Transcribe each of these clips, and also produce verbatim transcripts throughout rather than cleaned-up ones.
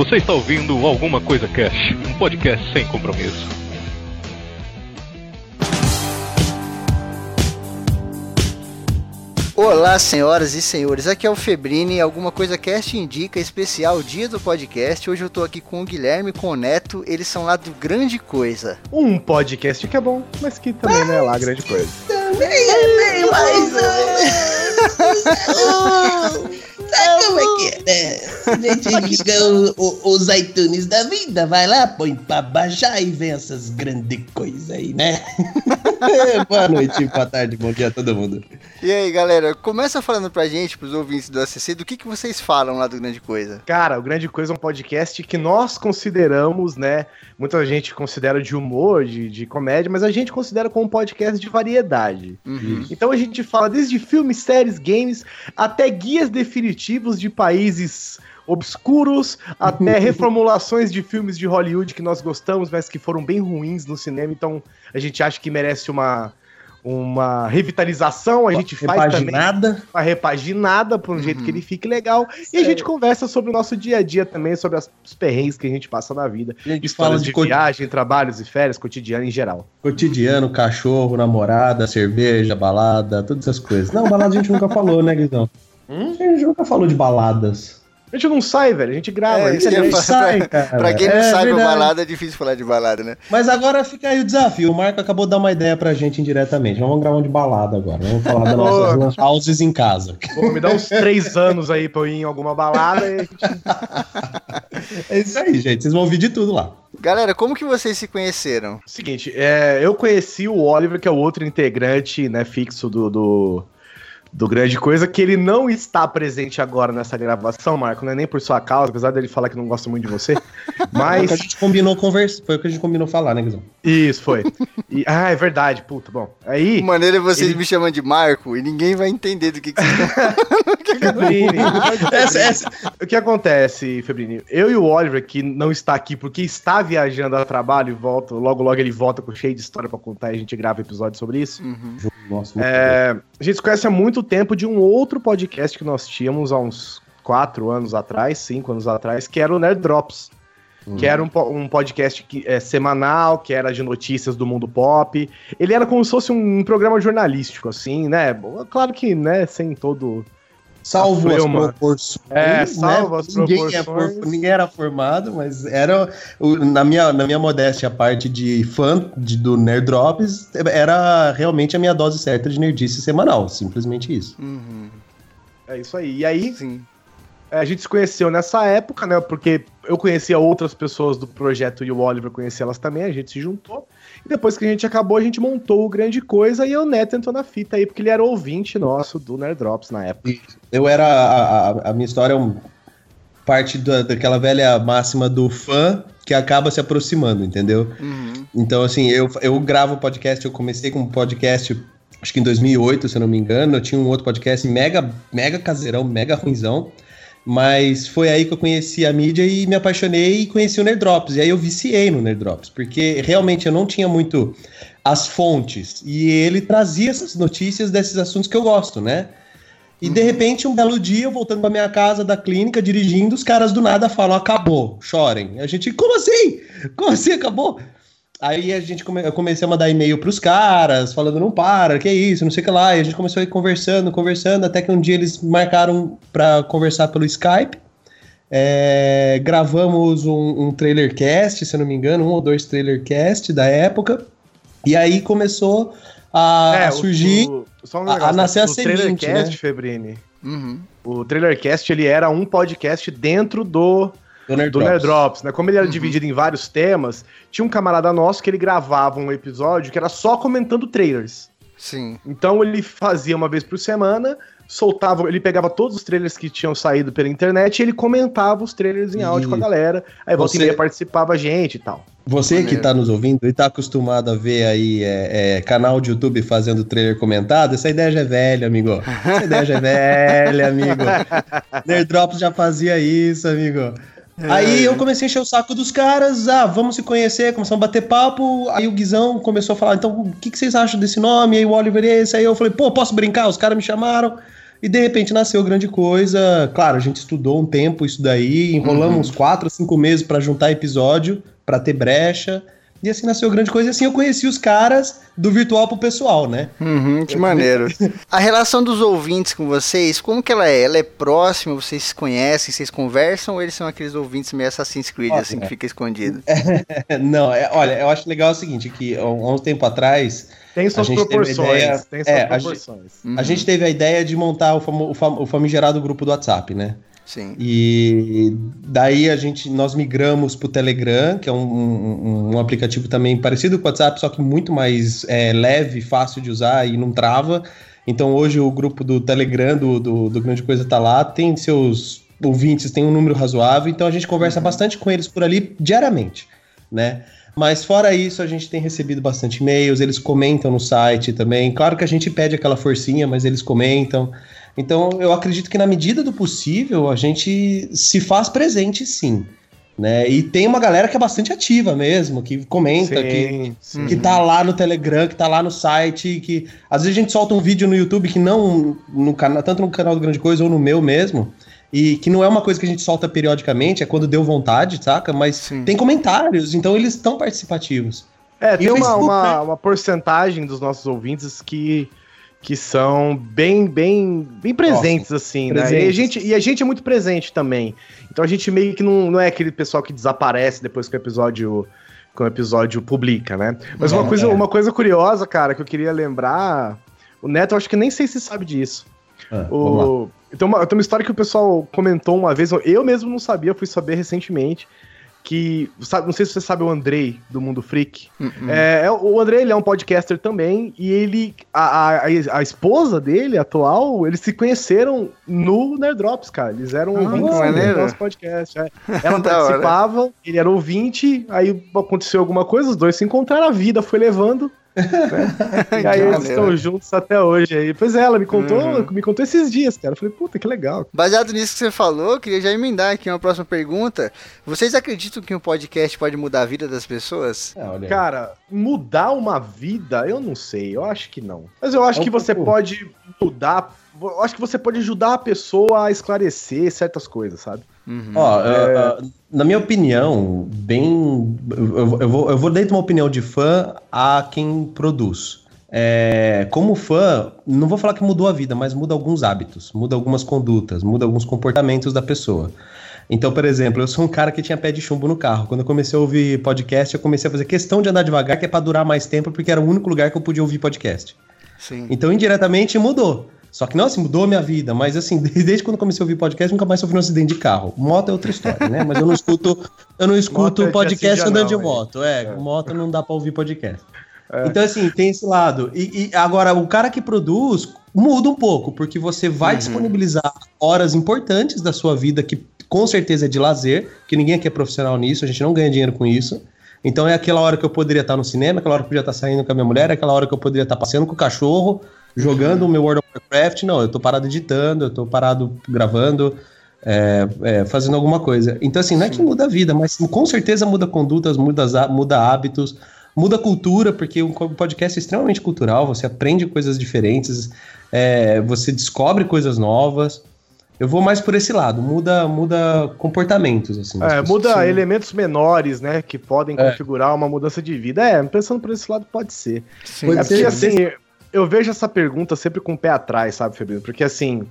Você está ouvindo Alguma Coisa Cash, um podcast sem compromisso. Olá, senhoras e senhores, aqui é o Febrini, Alguma Coisa Cast indica, especial dia do podcast. Hoje eu tô aqui com o Guilherme e com o Neto, eles são lá do Grande Coisa. Um podcast que é bom, mas que também mas não é lá grande coisa. Também é bem mais ou menos. Sabe como é que é, né? A gente liga o, o, os iTunes da vida, vai lá, põe pra baixar e vê essas grandes coisas aí, né? Boa noite, boa tarde, bom dia a todo mundo. E aí, galera, começa falando pra gente, pros ouvintes do A C C, do que, que vocês falam lá do Grande Coisa. Cara, o Grande Coisa é um podcast que nós consideramos, né, muita gente considera de humor, de, de comédia, mas a gente considera como um podcast de variedade. Uhum. Então a gente fala desde filmes, séries, games, até guias definitivos de países obscuros, até reformulações de filmes de Hollywood que nós gostamos, mas que foram bem ruins no cinema, então a gente acha que merece uma, uma revitalização, a gente faz repaginada. também uma repaginada por um uhum. jeito que ele fique legal, e a gente conversa sobre o nosso dia a dia também, sobre as, os perrengues que a gente passa na vida, a gente fala de, de co... viagem, trabalhos e férias, cotidiano em geral. Cotidiano, cachorro, namorada, cerveja, balada, todas essas coisas. Não, balada a gente nunca falou, né, Guizão? Hum? A gente nunca falou de baladas. A gente não sai, velho, a gente grava. É, a gente não sai, cara. Pra quem não é, sabe, verdade. Balada é difícil falar de balada, né? Mas agora fica aí o desafio. O Marco acabou de dar uma ideia pra gente indiretamente. Vamos gravar um de balada agora. Vamos falar das nossas houses em casa. Pô, me dá uns três anos aí pra eu ir em alguma balada e a gente... É isso aí, gente. Vocês vão ouvir de tudo lá. Galera, como que vocês se conheceram? Seguinte, é, eu conheci o Oliver, que é o outro integrante, né, fixo do... do... do Grande Coisa, que ele não está presente agora nessa gravação, Marco, não é nem por sua causa, apesar dele falar que não gosta muito de você, mas... Foi o que a gente combinou conversa, foi o que a gente combinou falar, né, Guizão? Isso, foi. E, ah, é verdade, puta, bom, aí... De maneira vocês ele... me chamam de Marco e ninguém vai entender do que que vocês estão Febrini, essa, essa... O que acontece, Febrini? Eu e o Oliver, que não está aqui porque está viajando a trabalho e volta, logo logo ele volta com cheio de história pra contar e a gente grava episódio sobre isso. Uhum. Nossa, é, a gente se conhece há muito tempo de um outro podcast que nós tínhamos há uns quatro anos atrás, cinco anos atrás, que era o Nerd Drops. Uhum. Que era um, um podcast que, é, semanal, que era de notícias do mundo pop. Ele era como se fosse um programa jornalístico, assim, né? Claro que, né, sem todo... Salvo as proporções. É, salvo as proporções. Ninguém, é, ninguém era formado, mas era, na minha, na minha modéstia, a parte de fã de, do Nerd Drops, era realmente a minha dose certa de nerdice semanal, simplesmente isso. Uhum. É isso aí. E aí, sim, a gente se conheceu nessa época, né, porque eu conhecia outras pessoas do projeto e o Oliver conhecia elas também, a gente se juntou. E depois que a gente acabou, a gente montou o Grande Coisa e o Neto entrou na fita aí, porque ele era ouvinte nosso do Nerd Drops na época. Eu era, a, a, a minha história é um, parte da, daquela velha máxima do fã que acaba se aproximando, entendeu? Uhum. Então, assim, eu, eu gravo podcast, eu comecei com um podcast, acho que em dois mil e oito, se eu não me engano, eu tinha um outro podcast mega, mega caseirão, mega ruinzão. Mas foi aí que eu conheci a mídia e me apaixonei e conheci o Nerd Drops. E aí eu viciei no Nerd Drops, porque realmente eu não tinha muito as fontes. E ele trazia essas notícias desses assuntos que eu gosto, né? E de repente, um belo dia, eu voltando pra minha casa da clínica, dirigindo, os caras do nada falam, acabou, chorem. A gente, como assim? Como assim acabou? Aí a gente come... eu comecei a mandar e-mail pros caras, falando, não para, que isso, não sei o que lá. E a gente começou a ir conversando, conversando, até que um dia eles marcaram pra conversar pelo Skype. É... Gravamos um, um trailer cast, se eu não me engano, um ou dois trailer cast da época. E aí começou a, é, a surgir, o, o, só um negócio, a, a nascer a semente, né? O Trailercast, Febrini, uhum. O Trailercast, ele era um podcast dentro do... Do Nerd, do Drops. Nerd Drops, né? Como ele era uhum. dividido em vários temas, tinha um camarada nosso que ele gravava um episódio que era só comentando trailers. Sim. Então ele fazia uma vez por semana, soltava, ele pegava todos os trailers que tinham saído pela internet e ele comentava os trailers em áudio e... com a galera. Aí volta Você... e meia participava a gente e tal. Você que tá nos ouvindo e tá acostumado a ver aí é, é, canal de YouTube fazendo trailer comentado, essa ideia já é velha, amigo. Essa ideia já é velha, amigo. Nerd Drops já fazia isso, amigo. Aí eu comecei a encher o saco dos caras, ah, vamos se conhecer, começamos a bater papo, aí o Guizão começou a falar, então, o que, que vocês acham desse nome? Aí o Oliver esse, aí eu falei, pô, posso brincar? Os caras me chamaram, E de repente nasceu Grande Coisa. Claro, a gente estudou um tempo isso daí, enrolamos uhum. uns quatro, cinco meses para juntar episódio, para ter brecha. E assim nasceu Grande Coisa, e assim eu conheci os caras do virtual pro pessoal, né? Uhum, que maneiro. A relação dos ouvintes com vocês, como que ela é? Ela é próxima, vocês se conhecem, vocês conversam, ou eles são aqueles ouvintes meio Assassin's Creed, olha, assim, que fica escondido? É, não, é, olha, eu acho legal o seguinte, que há um tempo atrás... Tem suas proporções, ideia, tem suas é, proporções. A, uhum. a gente teve a ideia de montar o, fam, o, fam, o famigerado grupo do WhatsApp, né? Sim. E daí a gente, nós migramos pro Telegram, que é um, um, um aplicativo também parecido com o WhatsApp, só que muito mais é, leve, fácil de usar e não trava. Então hoje o grupo do Telegram, do, do, do Grande Coisa tá lá, tem seus ouvintes, tem um número razoável, então a gente conversa uhum. bastante com eles por ali diariamente, né? Mas fora isso, a gente tem recebido bastante e-mails, eles comentam no site também. Claro que a gente pede aquela forcinha, mas eles comentam. Então, eu acredito que na medida do possível, a gente se faz presente, sim. Né? E tem uma galera que é bastante ativa mesmo, que comenta, sim, que, sim. que tá lá no Telegram, que tá lá no site, que às vezes a gente solta um vídeo no YouTube que não, no canal, tanto no canal do Grande Coisa ou no meu mesmo, e que não é uma coisa que a gente solta periodicamente, é quando deu vontade, saca? Mas sim. tem comentários, então eles estão participativos. É, tem uma, uma, uma porcentagem dos nossos ouvintes que... que são bem, bem, bem presentes, Nossa, assim, presentes. né? E a, gente, e a gente é muito presente também. Então a gente meio que não, não é aquele pessoal que desaparece depois que o episódio, que o episódio publica, né? Mas é, uma, coisa, é. uma coisa curiosa, cara, que eu queria lembrar... O Neto, eu acho que nem sei se sabe disso. Ah, o, tem, uma, tem uma história que o pessoal comentou uma vez, eu mesmo não sabia, fui saber recentemente, que, sabe, não sei se você sabe o Andrei, do Mundo Freak. Uh-uh. É, o Andrei, ele é um podcaster também, e ele, a, a, a esposa dele, atual, eles se conheceram no Nerdrops, cara. Eles eram ah, ouvintes do nosso podcast. É. Ela participava, hora. Ele era ouvinte, aí aconteceu alguma coisa, os dois se encontraram, a vida foi levando. Né? E aí eles estão juntos até hoje aí. Pois é, ela me contou, uhum. me contou esses dias, cara. Eu falei, puta, que legal. Baseado nisso que você falou, queria já emendar aqui uma próxima pergunta. Vocês acreditam que um podcast pode mudar a vida das pessoas? É, cara, mudar uma vida, eu não sei, eu acho que não. Mas eu acho é um que você pouco... pode mudar, eu acho que você pode ajudar a pessoa a esclarecer certas coisas, sabe? Uhum. Ó, é... uh, uh, na minha opinião, bem. Eu, eu, vou, eu vou dar uma opinião de fã a quem produz. É, como fã, não vou falar que mudou a vida, mas muda alguns hábitos, muda algumas condutas, muda alguns comportamentos da pessoa. Então, por exemplo, eu sou um cara que tinha pé de chumbo no carro. Quando eu comecei a ouvir podcast, eu comecei a fazer questão de andar devagar, que é pra durar mais tempo, porque era o único lugar que eu podia ouvir podcast. Sim. Então, indiretamente, mudou. Só que, não, assim, mudou a minha vida, mas assim, desde quando eu comecei a ouvir podcast, nunca mais sofri um acidente de carro. Moto é outra história, né? Mas eu não escuto, eu não escuto podcast andando de moto. É, é, moto não dá pra ouvir podcast. É. Então, assim, tem esse lado. E, e agora, o cara que produz muda um pouco, porque você vai uhum. disponibilizar horas importantes da sua vida, que com certeza é de lazer, que ninguém aqui é profissional nisso, a gente não ganha dinheiro com isso. Então é aquela hora que eu poderia estar no cinema, aquela hora que eu podia estar saindo com a minha mulher, aquela hora que eu poderia estar passeando com o cachorro, jogando o meu World of Warcraft. Não, eu tô parado editando, eu tô parado gravando, é, é, fazendo alguma coisa. Então, assim, não é que muda a vida, mas com certeza muda condutas, muda, muda hábitos, muda cultura, porque o podcast é extremamente cultural, você aprende coisas diferentes, é, você descobre coisas novas. Eu vou mais por esse lado, muda, muda comportamentos, assim. É, muda sim. elementos menores, né, que podem é. configurar uma mudança de vida. É, pensando por esse lado, pode ser. Sim. Pode é porque, ser. assim, eu vejo essa pergunta sempre com o pé atrás, sabe, Febrino? Porque, assim,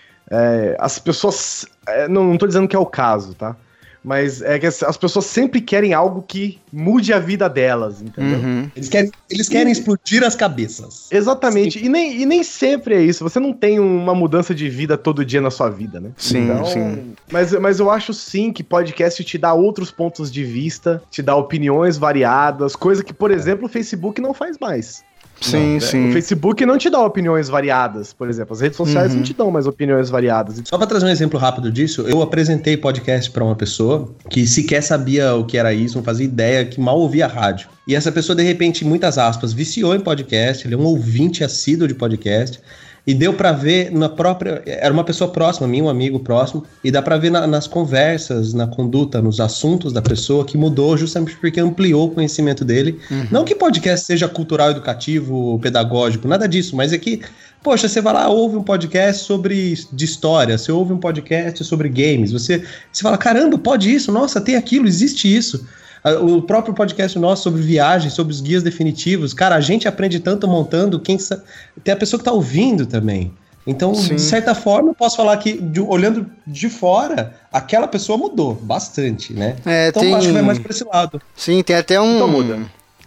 é, as pessoas... É, não, não tô dizendo que é o caso, tá? Mas é que as pessoas sempre querem algo que mude a vida delas, entendeu? Uhum. Eles querem, eles querem e... explodir as cabeças. Exatamente. E nem, e nem sempre é isso. Você não tem uma mudança de vida todo dia na sua vida, né? Sim, então, sim. Mas, mas eu acho sim que podcast te dá outros pontos de vista, te dá opiniões variadas, coisa que, por exemplo, o Facebook não faz mais. Sim, não, sim. O Facebook não te dá opiniões variadas, por exemplo. As redes sociais uhum. não te dão mais opiniões variadas. Só para trazer um exemplo rápido disso, eu apresentei podcast para uma pessoa que sequer sabia o que era isso, não fazia ideia, que mal ouvia rádio. E essa pessoa, de repente, muitas aspas, viciou em podcast, ele é um ouvinte assíduo de podcast. E deu pra ver na própria... Era uma pessoa próxima a mim, um amigo próximo, e dá pra ver na, nas conversas, na conduta, nos assuntos da pessoa, que mudou justamente porque ampliou o conhecimento dele. Uhum. Não que podcast seja cultural, educativo, pedagógico, nada disso, mas é que Poxa, você vai lá, ouve um podcast sobre de história, você ouve um podcast sobre games, você, você fala, caramba, pode isso? Nossa, tem aquilo, existe isso. O próprio podcast nosso sobre viagem, sobre os guias definitivos, cara, a gente aprende tanto montando, quem sa... tem a pessoa que tá ouvindo também. Então, Sim. de certa forma, eu posso falar que, de, olhando de fora, aquela pessoa mudou bastante, né? É, então, tem... eu acho que vai mais pra esse lado. Sim, tem até um... Então muda.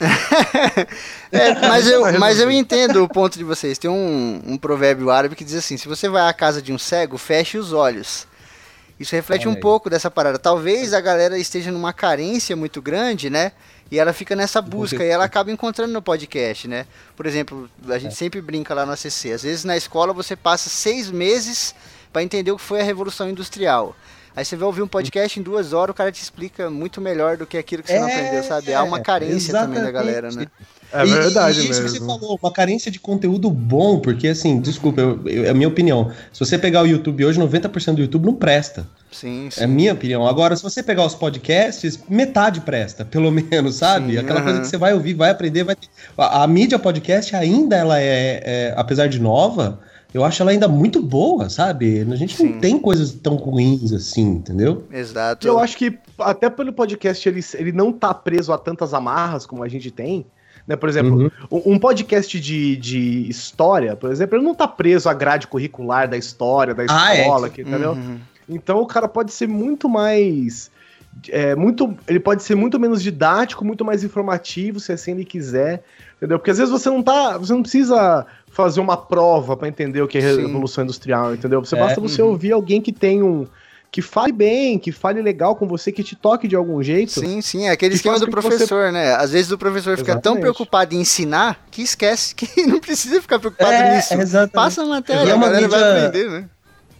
é, mas, eu, mas eu entendo o ponto de vocês. Tem um, um provérbio árabe que diz assim, se você vai à casa de um cego, feche os olhos. Isso reflete um pouco dessa parada. Talvez a galera esteja numa carência muito grande, né? E ela fica nessa busca e ela acaba encontrando no podcast, né? Por exemplo, a gente é. sempre brinca lá no A C C. Às vezes na escola você passa seis meses para entender o que foi a Revolução Industrial. Aí você vai ouvir um podcast em duas horas, o cara te explica muito melhor do que aquilo que você é, não aprendeu, sabe? Há uma carência também da galera, né? É verdade e, e mesmo. Isso que você falou, uma carência de conteúdo bom, porque assim, desculpa, eu, eu, é a minha opinião. Se você pegar o YouTube hoje, noventa por cento do YouTube não presta. Sim, sim. É a minha opinião. Agora, se você pegar os podcasts, metade presta, pelo menos, sabe? Sim, Aquela uh-huh. coisa que você vai ouvir, vai aprender, vai ter... A, a mídia podcast ainda, ela é, é, apesar de nova, eu acho ela ainda muito boa, sabe? A gente Sim. não tem coisas tão ruins assim, entendeu? Exato. Eu acho que até pelo podcast ele, ele não tá preso a tantas amarras como a gente tem. Né? Por exemplo, uhum. um podcast de, de história, por exemplo, ele não tá preso à grade curricular da história, da escola, ah, é. que, entendeu? Uhum. Então o cara pode ser muito mais... É, muito, ele pode ser muito menos didático, muito mais informativo, se assim ele quiser, entendeu? Porque às vezes você não tá, você não precisa fazer uma prova para entender o que é Sim. Revolução Industrial, entendeu? Você é, basta você uhum. ouvir alguém que tem um que fale bem, que fale legal com você, que te toque de algum jeito. Sim, sim, é aquele esquema do professor, você... né? Às vezes o professor fica exatamente. tão preocupado em ensinar que esquece que não precisa ficar preocupado é, nisso. Exatamente. Passa a matéria, é a galera mídia... vai aprender, né?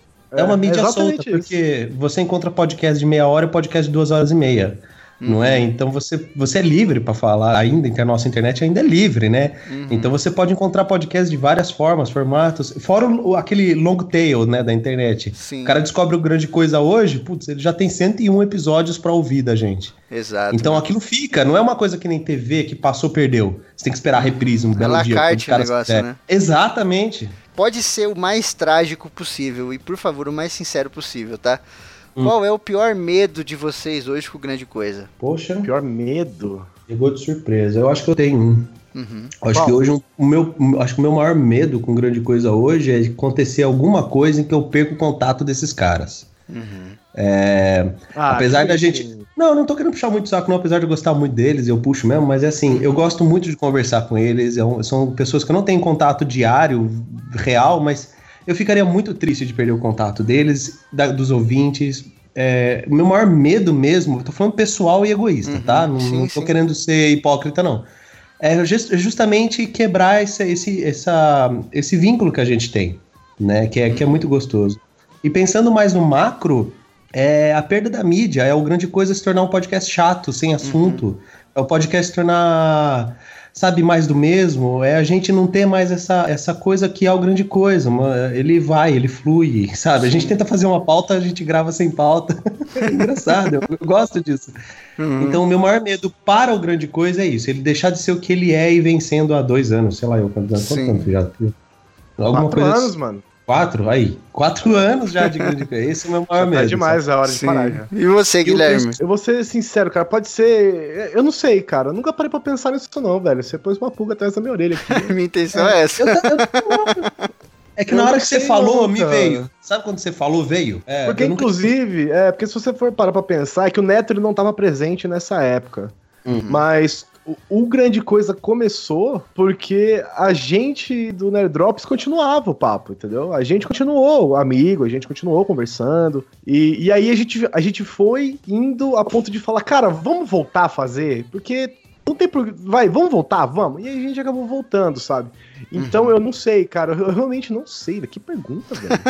É uma mídia é solta, isso. porque você encontra podcast de meia hora e podcast de duas horas e meia, uhum. não é? Então você, você é livre para falar, ainda que a nossa internet ainda é livre, né? Uhum. Então você pode encontrar podcast de várias formas, formatos, fora o, aquele long tail, né, da internet. Sim. O cara descobre o grande coisa hoje, putz, ele já tem cento e um episódios para ouvir da gente. Exato. Então aquilo fica, não é uma coisa que nem T V, que passou, perdeu. Você tem que esperar a reprise um belo dia. Carte o negócio, né? Exatamente. Pode ser o mais trágico possível e, por favor, o mais sincero possível, tá? Hum. Qual é o pior medo de vocês hoje com Grande Coisa? Poxa. Pior medo? Chegou de surpresa. Eu acho que eu tenho um. Uhum. Acho Qual? que hoje o meu, acho que o meu maior medo com Grande Coisa hoje é acontecer alguma coisa em que eu perco o contato desses caras. Uhum. É, ah, apesar da gente... Não, não tô querendo puxar muito o saco, não, apesar de eu gostar muito deles, eu puxo mesmo, mas é assim, uhum. eu gosto muito de conversar com eles, é um, são pessoas que eu não tenho contato diário, real, mas eu ficaria muito triste de perder o contato deles, da, dos ouvintes. É, o meu maior medo mesmo, eu tô falando pessoal e egoísta, uhum. tá? Não, sim, não tô sim. querendo ser hipócrita, não. É just, justamente quebrar esse, esse, essa, esse vínculo que a gente tem, né, que é, que é muito gostoso. E pensando mais no macro, é a perda da mídia, é o Grande Coisa se tornar um podcast chato, sem assunto, uhum. é o podcast se tornar, sabe, mais do mesmo, é a gente não ter mais essa, essa coisa que é o Grande Coisa, ele vai, ele flui, sabe, a gente tenta fazer uma pauta, a gente grava sem pauta, é engraçado, eu, eu gosto disso. Uhum. Então o meu maior medo para o Grande Coisa é isso, ele deixar de ser o que ele é e vem sendo há dois anos, sei lá, eu quanto tempo já? Alguma Quatro coisa anos, assim. mano. Quatro? Aí. Quatro anos já de Grande Coisa. Esse é o meu maior medo. É demais sabe? a hora de Sim. parar. Já. E você, Guilherme? Eu vou ser sincero, cara. Pode ser... Eu não sei, cara. Eu nunca parei pra pensar nisso não, velho. Você pôs uma pulga atrás da minha orelha aqui. Minha intenção é, é essa. Eu, eu, eu, é que eu na hora que você falou, não, me veio. Sabe quando você falou, veio? É, porque, inclusive... Nunca... É, porque se você for parar pra pensar, é que o Neto ele não tava presente nessa época. Uhum. Mas... O Grande Coisa começou porque a gente do Nerd Drops continuava o papo, entendeu? A gente continuou amigo, a gente continuou conversando. E, e aí a gente, a gente foi indo a ponto de falar, cara, vamos voltar a fazer? Porque não tem por... Vai, vamos voltar? Vamos. E aí a gente acabou voltando, sabe? Então uhum. eu não sei, cara. Eu realmente não sei. Que pergunta, velho.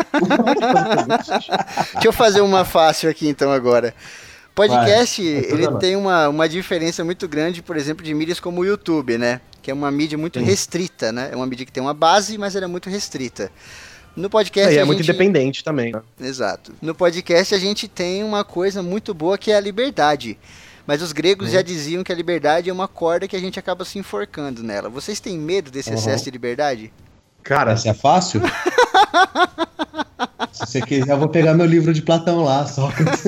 Deixa eu fazer uma fácil aqui então agora. Podcast, vai, ele tem uma, uma diferença muito grande, por exemplo, de mídias como o YouTube, né? Que é uma mídia muito Sim. restrita, né? É uma mídia que tem uma base, mas ela é muito restrita. No podcast... É, é a muito gente... independente também. Né? Exato. No podcast a gente tem uma coisa muito boa que é a liberdade. Mas os gregos uhum. já diziam que a liberdade é uma corda que a gente acaba se enforcando nela. Vocês têm medo desse uhum. excesso de liberdade? Cara, essa é fácil? Se você quiser, eu vou pegar meu livro de Platão lá, Sócrates.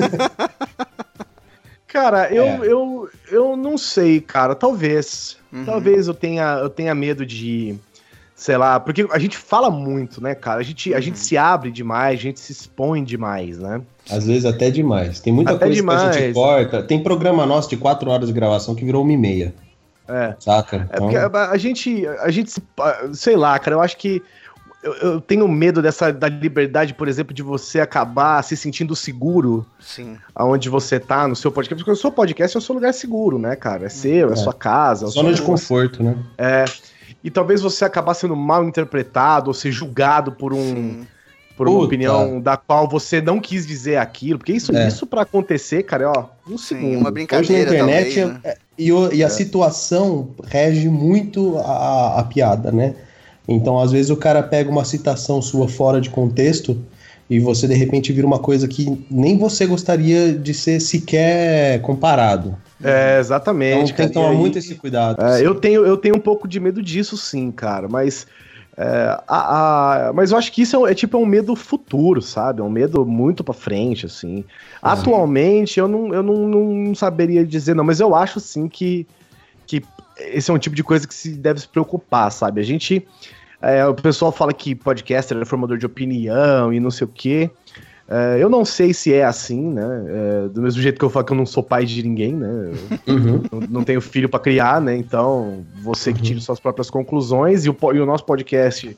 Cara, eu, é. eu, eu não sei, cara. Talvez. Uhum. Talvez eu tenha, eu tenha medo de... Sei lá, porque a gente fala muito, né, cara? A gente, a gente se abre demais, a gente se expõe demais, né? Às vezes até demais. Tem muita até coisa demais. Que a gente corta. Tem programa nosso de quatro horas de gravação que virou uma e meia. É. Saca? Então... É porque a, a gente, a gente, sei lá, cara, eu acho que eu, eu tenho medo dessa da liberdade, por exemplo, de você acabar se sentindo seguro. Sim. Aonde você tá, no seu podcast. Porque o seu podcast é o seu lugar seguro, né, cara? É seu, é, é sua casa. Zona é de conforto, né? É. E talvez você acabar sendo mal interpretado ou ser julgado por um por uma Puta. opinião da qual você não quis dizer aquilo. Porque isso, é. isso pra acontecer, cara, é ó, um Sim, segundo. Uma brincadeira, Hoje na internet, talvez, né? é, e, o, e a é. situação rege muito a, a piada, né? Então, às vezes, o cara pega uma citação sua fora de contexto e você, de repente, vira uma coisa que nem você gostaria de ser sequer comparado. É, exatamente. Então tem que tomar muito esse cuidado. É, eu, tenho, eu tenho um pouco de medo disso, sim, cara, mas... É, a, a, mas eu acho que isso é, é tipo é um medo futuro, sabe? É um medo muito pra frente, assim. Uhum. Atualmente, eu, não, eu não, não saberia dizer, não, mas eu acho, sim, que, que esse é um tipo de coisa que se deve se preocupar, sabe? A gente... É, o pessoal fala que podcaster é formador de opinião e não sei o quê. É, eu não sei se é assim, né? É, do mesmo jeito que eu falo que eu não sou pai de ninguém, né? Eu uhum. não, não tenho filho pra criar, né? Então, você que tira uhum. suas próprias conclusões. E o, e o nosso podcast,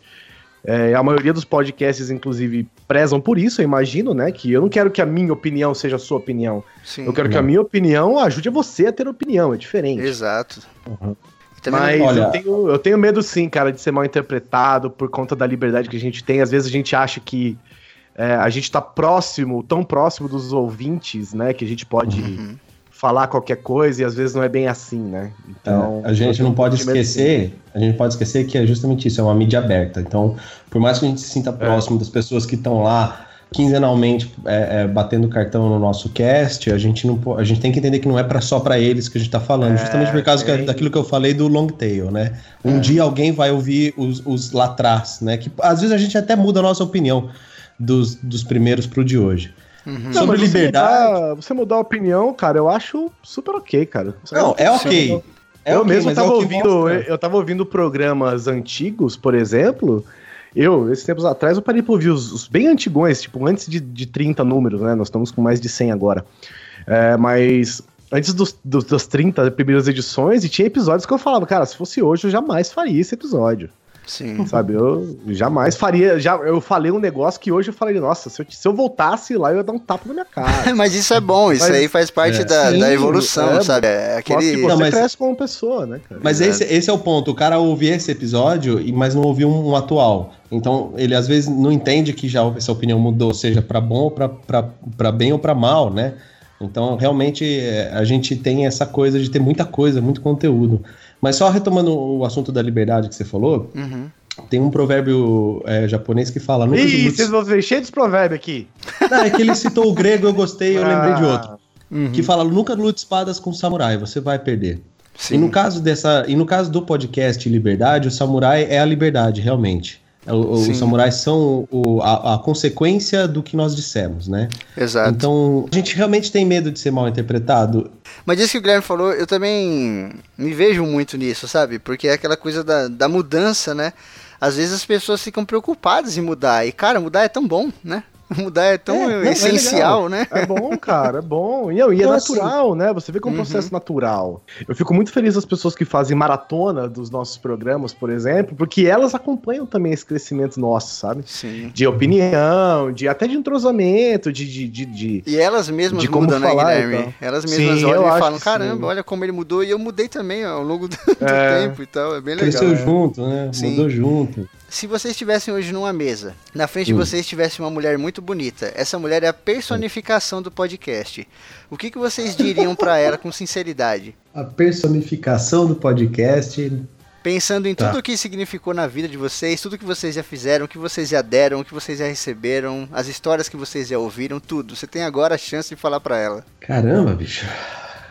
é, a maioria dos podcasts, inclusive, prezam por isso, eu imagino, né? Que eu não quero que a minha opinião seja a sua opinião. Sim, eu quero não. que a minha opinião ajude você a ter opinião, é diferente. Exato. Uhum. Mas olha, eu, tenho, eu tenho medo sim, cara, de ser mal interpretado por conta da liberdade que a gente tem. Às vezes a gente acha que é, a gente tá próximo, tão próximo dos ouvintes, né, que a gente pode uhum. falar qualquer coisa e às vezes não é bem assim, né? Então é, a gente não pode esquecer, a gente pode esquecer que é justamente isso, é uma mídia aberta. Então, por mais que a gente se sinta próximo é. das pessoas que estão lá quinzenalmente é, é, batendo cartão no nosso cast, a gente, não, a gente tem que entender que não é pra, só para eles que a gente tá falando, é, justamente por causa é. daquilo que eu falei do long tail, né? Um é. dia alguém vai ouvir os, os lá atrás, né? Que às vezes a gente até muda a nossa opinião dos, dos primeiros pro de hoje. Uhum. Sobre não, liberdade... Você mudar, você mudar a opinião, cara, eu acho super ok, cara. Você não, é ok. Eu, é eu okay, mesmo tava é ouvindo, eu, eu tava ouvindo programas antigos, por exemplo... Eu, esses tempos atrás, eu parei pra ouvir os, os bem antigões, tipo, antes de, de trinta números, né? Nós estamos com mais de cem agora. É, mas antes dos, dos, das trinta primeiras edições, e tinha episódios que eu falava, cara, se fosse hoje, eu jamais faria esse episódio. Sim. Sabe, eu jamais faria. Já, eu falei um negócio que hoje eu falei, nossa, se eu, se eu voltasse lá, eu ia dar um tapa na minha cara. Mas isso é bom, isso mas, aí faz parte é, da, sim, da evolução, é, sabe? É aquele... que você não, mas, cresce como pessoa, né, cara? Mas é. esse, esse é o ponto. O cara ouve esse episódio, mas não ouviu um, um atual. Então, ele às vezes não entende que já essa opinião mudou, seja pra bom, ou pra, pra, pra bem ou pra mal, né? Então, realmente, a gente tem essa coisa de ter muita coisa, muito conteúdo. Mas só retomando o assunto da liberdade que você falou, uhum. tem um provérbio é, japonês que fala... Nunca Ih, vocês vão ver cheio dos provérbios aqui. Não, é que ele citou o grego, eu gostei, eu ah. lembrei de outro. Uhum. Que fala, nunca lute espadas com samurai, você vai perder. Sim. E no caso dessa, e no caso do podcast Liberdade, o samurai é a liberdade, realmente. O, os samurais são o, a, a consequência do que nós dissemos, né? Exato. Então, a gente realmente tem medo de ser mal interpretado. Mas isso que o Guilherme falou, eu também me vejo muito nisso, sabe? Porque é aquela coisa da, da mudança, né? Às vezes as pessoas ficam preocupadas em mudar. E, cara, mudar é tão bom, né? Mudar é tão é, não, essencial, é né? É bom, cara, é bom. E, e é natural, assim, né? Você vê que é um uhum. processo natural. Eu fico muito feliz das pessoas que fazem maratona dos nossos programas, por exemplo, porque elas acompanham também esse crescimento nosso, sabe? Sim. De opinião, de até de entrosamento, de... de, de, de e elas mesmas de mudam, como falar, né, Guilherme? Então. Elas mesmas sim, olham e falam, caramba, sim. olha como ele mudou. E eu mudei também ó, ao longo do, do é. tempo e tal. É bem legal. Cresceu junto, né? Sim. Mudou junto. Se vocês estivessem hoje numa mesa, na frente hum. de vocês tivesse uma mulher muito bonita, essa mulher é a personificação do podcast. O que, que vocês diriam pra ela com sinceridade? A personificação do podcast... Pensando em tá. tudo o que significou na vida de vocês, tudo que vocês já fizeram, o que vocês já deram, o que vocês já receberam, as histórias que vocês já ouviram, tudo. Você tem agora a chance de falar pra ela. Caramba, bicho.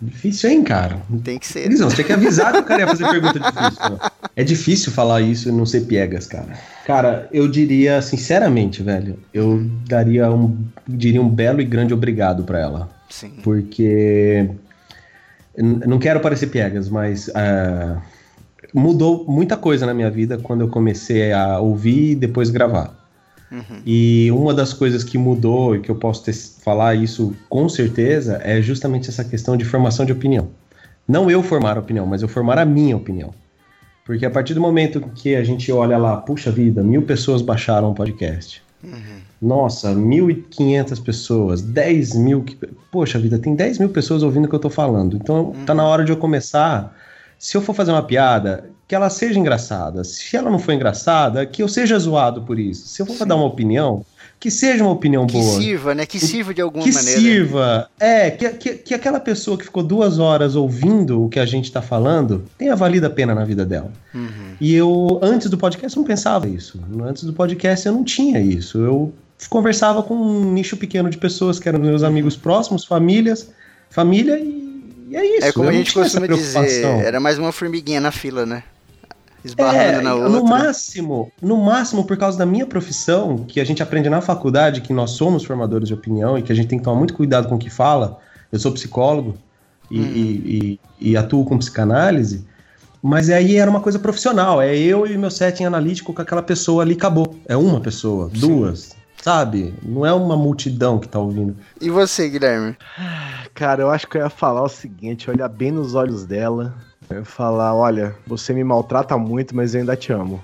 Difícil, hein, cara? Tem que ser. Guizão, você tinha que avisar que o cara ia fazer pergunta difícil. Né? É difícil falar isso e não ser piegas, cara. Cara, eu diria, sinceramente, velho, eu daria um, diria um belo e grande obrigado pra ela. Sim. Porque, não quero parecer piegas, mas uh, mudou muita coisa na minha vida quando eu comecei a ouvir e depois gravar. Uhum. E uma das coisas que mudou, e que eu posso ter, falar isso com certeza, é justamente essa questão de formação de opinião. Não eu formar a opinião, mas eu formar a minha opinião. Porque a partir do momento que a gente olha lá, puxa vida, mil pessoas baixaram o podcast. Uhum. Nossa, mil e quinhentas pessoas, dez mil... Que, poxa vida, tem dez mil pessoas ouvindo o que eu tô falando. Então uhum. tá na hora de eu começar... Se eu for fazer uma piada, que ela seja engraçada. Se ela não for engraçada, que eu seja zoado por isso. Se eu for Sim. dar uma opinião, que seja uma opinião que boa. Que sirva, né? Que sirva de alguma que maneira. Que sirva. É, que, que, que aquela pessoa que ficou duas horas ouvindo o que a gente tá falando tenha valido a pena na vida dela. Uhum. E eu, antes do podcast, não pensava isso. Antes do podcast, eu não tinha isso. Eu conversava com um nicho pequeno de pessoas que eram meus amigos próximos, famílias, família e E é isso. É como a gente costuma dizer, era mais uma formiguinha na fila, né? Esbarrando é, na outra. No máximo, no máximo, por causa da minha profissão, que a gente aprende na faculdade, que nós somos formadores de opinião e que a gente tem que tomar muito cuidado com o que fala. Eu sou psicólogo e, hum. e, e, e atuo com psicanálise, mas aí era uma coisa profissional. É eu e meu setting analítico com aquela pessoa ali, acabou. É uma pessoa, Sim. duas... Sabe? Não é uma multidão que tá ouvindo. E você, Guilherme? Cara, eu acho que eu ia falar o seguinte, olhar bem nos olhos dela, eu ia falar, olha, você me maltrata muito, mas eu ainda te amo.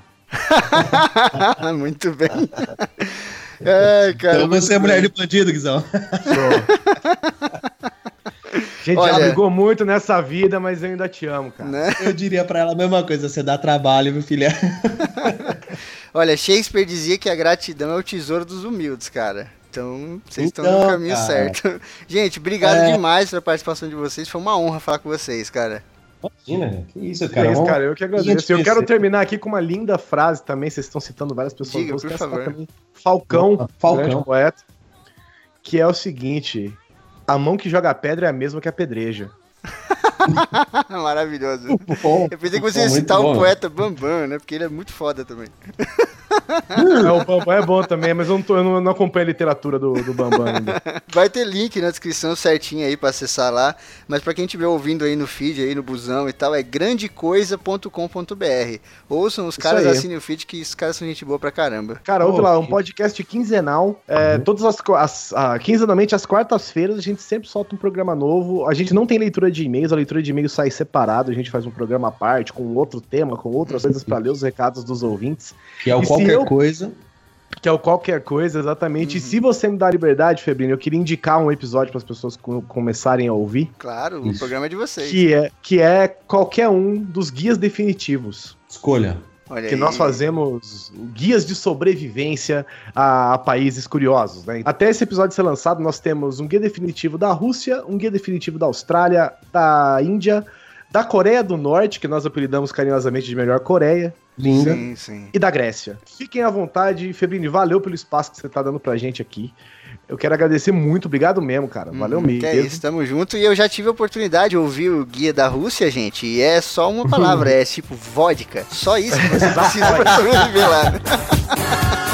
Muito bem. É, cara, então você é mulher de bandido, Guizão. A gente Olha, já brigou muito nessa vida, mas eu ainda te amo, cara. Né? Eu diria pra ela a mesma coisa, você dá trabalho, meu filho. Olha, Shakespeare dizia que a gratidão é o tesouro dos humildes, cara. Então, vocês então, estão no caminho cara. certo. Gente, obrigado é... demais pela participação de vocês. Foi uma honra falar com vocês, cara. Imagina, que isso, cara. Que isso, cara, eu que agradeço. Eu quero terminar aqui com uma linda frase também. Vocês estão citando várias pessoas. Diga, por favor. Também. Falcão, Opa, Falcão. grande poeta, que é o seguinte: a mão que joga pedra é a mesma que apedreja. Maravilhoso. Bom, eu pensei que você ia citar o poeta Bambam, né? Porque ele é muito foda também. É, o Bambam é bom também, mas eu não, tô, eu não, eu não acompanho a literatura do, do Bambam ainda. Vai ter link na descrição certinho aí pra acessar lá. Mas pra quem estiver ouvindo aí no feed, aí no busão e tal, é grandecoisa ponto com ponto b r. Ouçam os caras, assinem o feed, que os caras são gente boa pra caramba. Cara, outra lá, um podcast quinzenal. É, uhum. Todas as, as a, quinzenalmente, às quartas-feiras, a gente sempre solta um programa novo. A gente não tem leitura de e-mails, a leitura de e-mails sai separado, a gente faz um programa à parte, com outro tema, com outras coisas pra ler os recados dos ouvintes. Que é o e qualquer eu... coisa. Que é o qualquer coisa, exatamente. Uhum. E se você me dá a liberdade, Febrino, eu queria indicar um episódio para as pessoas co- começarem a ouvir. Claro, Isso. o programa é de vocês. Que é, que é qualquer um dos guias definitivos. Escolha. Olha que aí. Nós fazemos guias de sobrevivência a, a países curiosos, né? Até esse episódio ser lançado, nós temos um guia definitivo da Rússia, um guia definitivo da Austrália, da Índia, da Coreia do Norte, que nós apelidamos carinhosamente de Melhor Coreia. Linda. Sim, sim. E da Grécia. Fiquem à vontade. Febrini, valeu pelo espaço que você tá dando pra gente aqui. Eu quero agradecer muito, obrigado mesmo, cara. Valeu hum, mesmo. Que é isso, tamo junto. E eu já tive a oportunidade de ouvir o guia da Rússia, gente, e é só uma palavra, é tipo vodka. Só isso que você precisa pra sobreviver lá.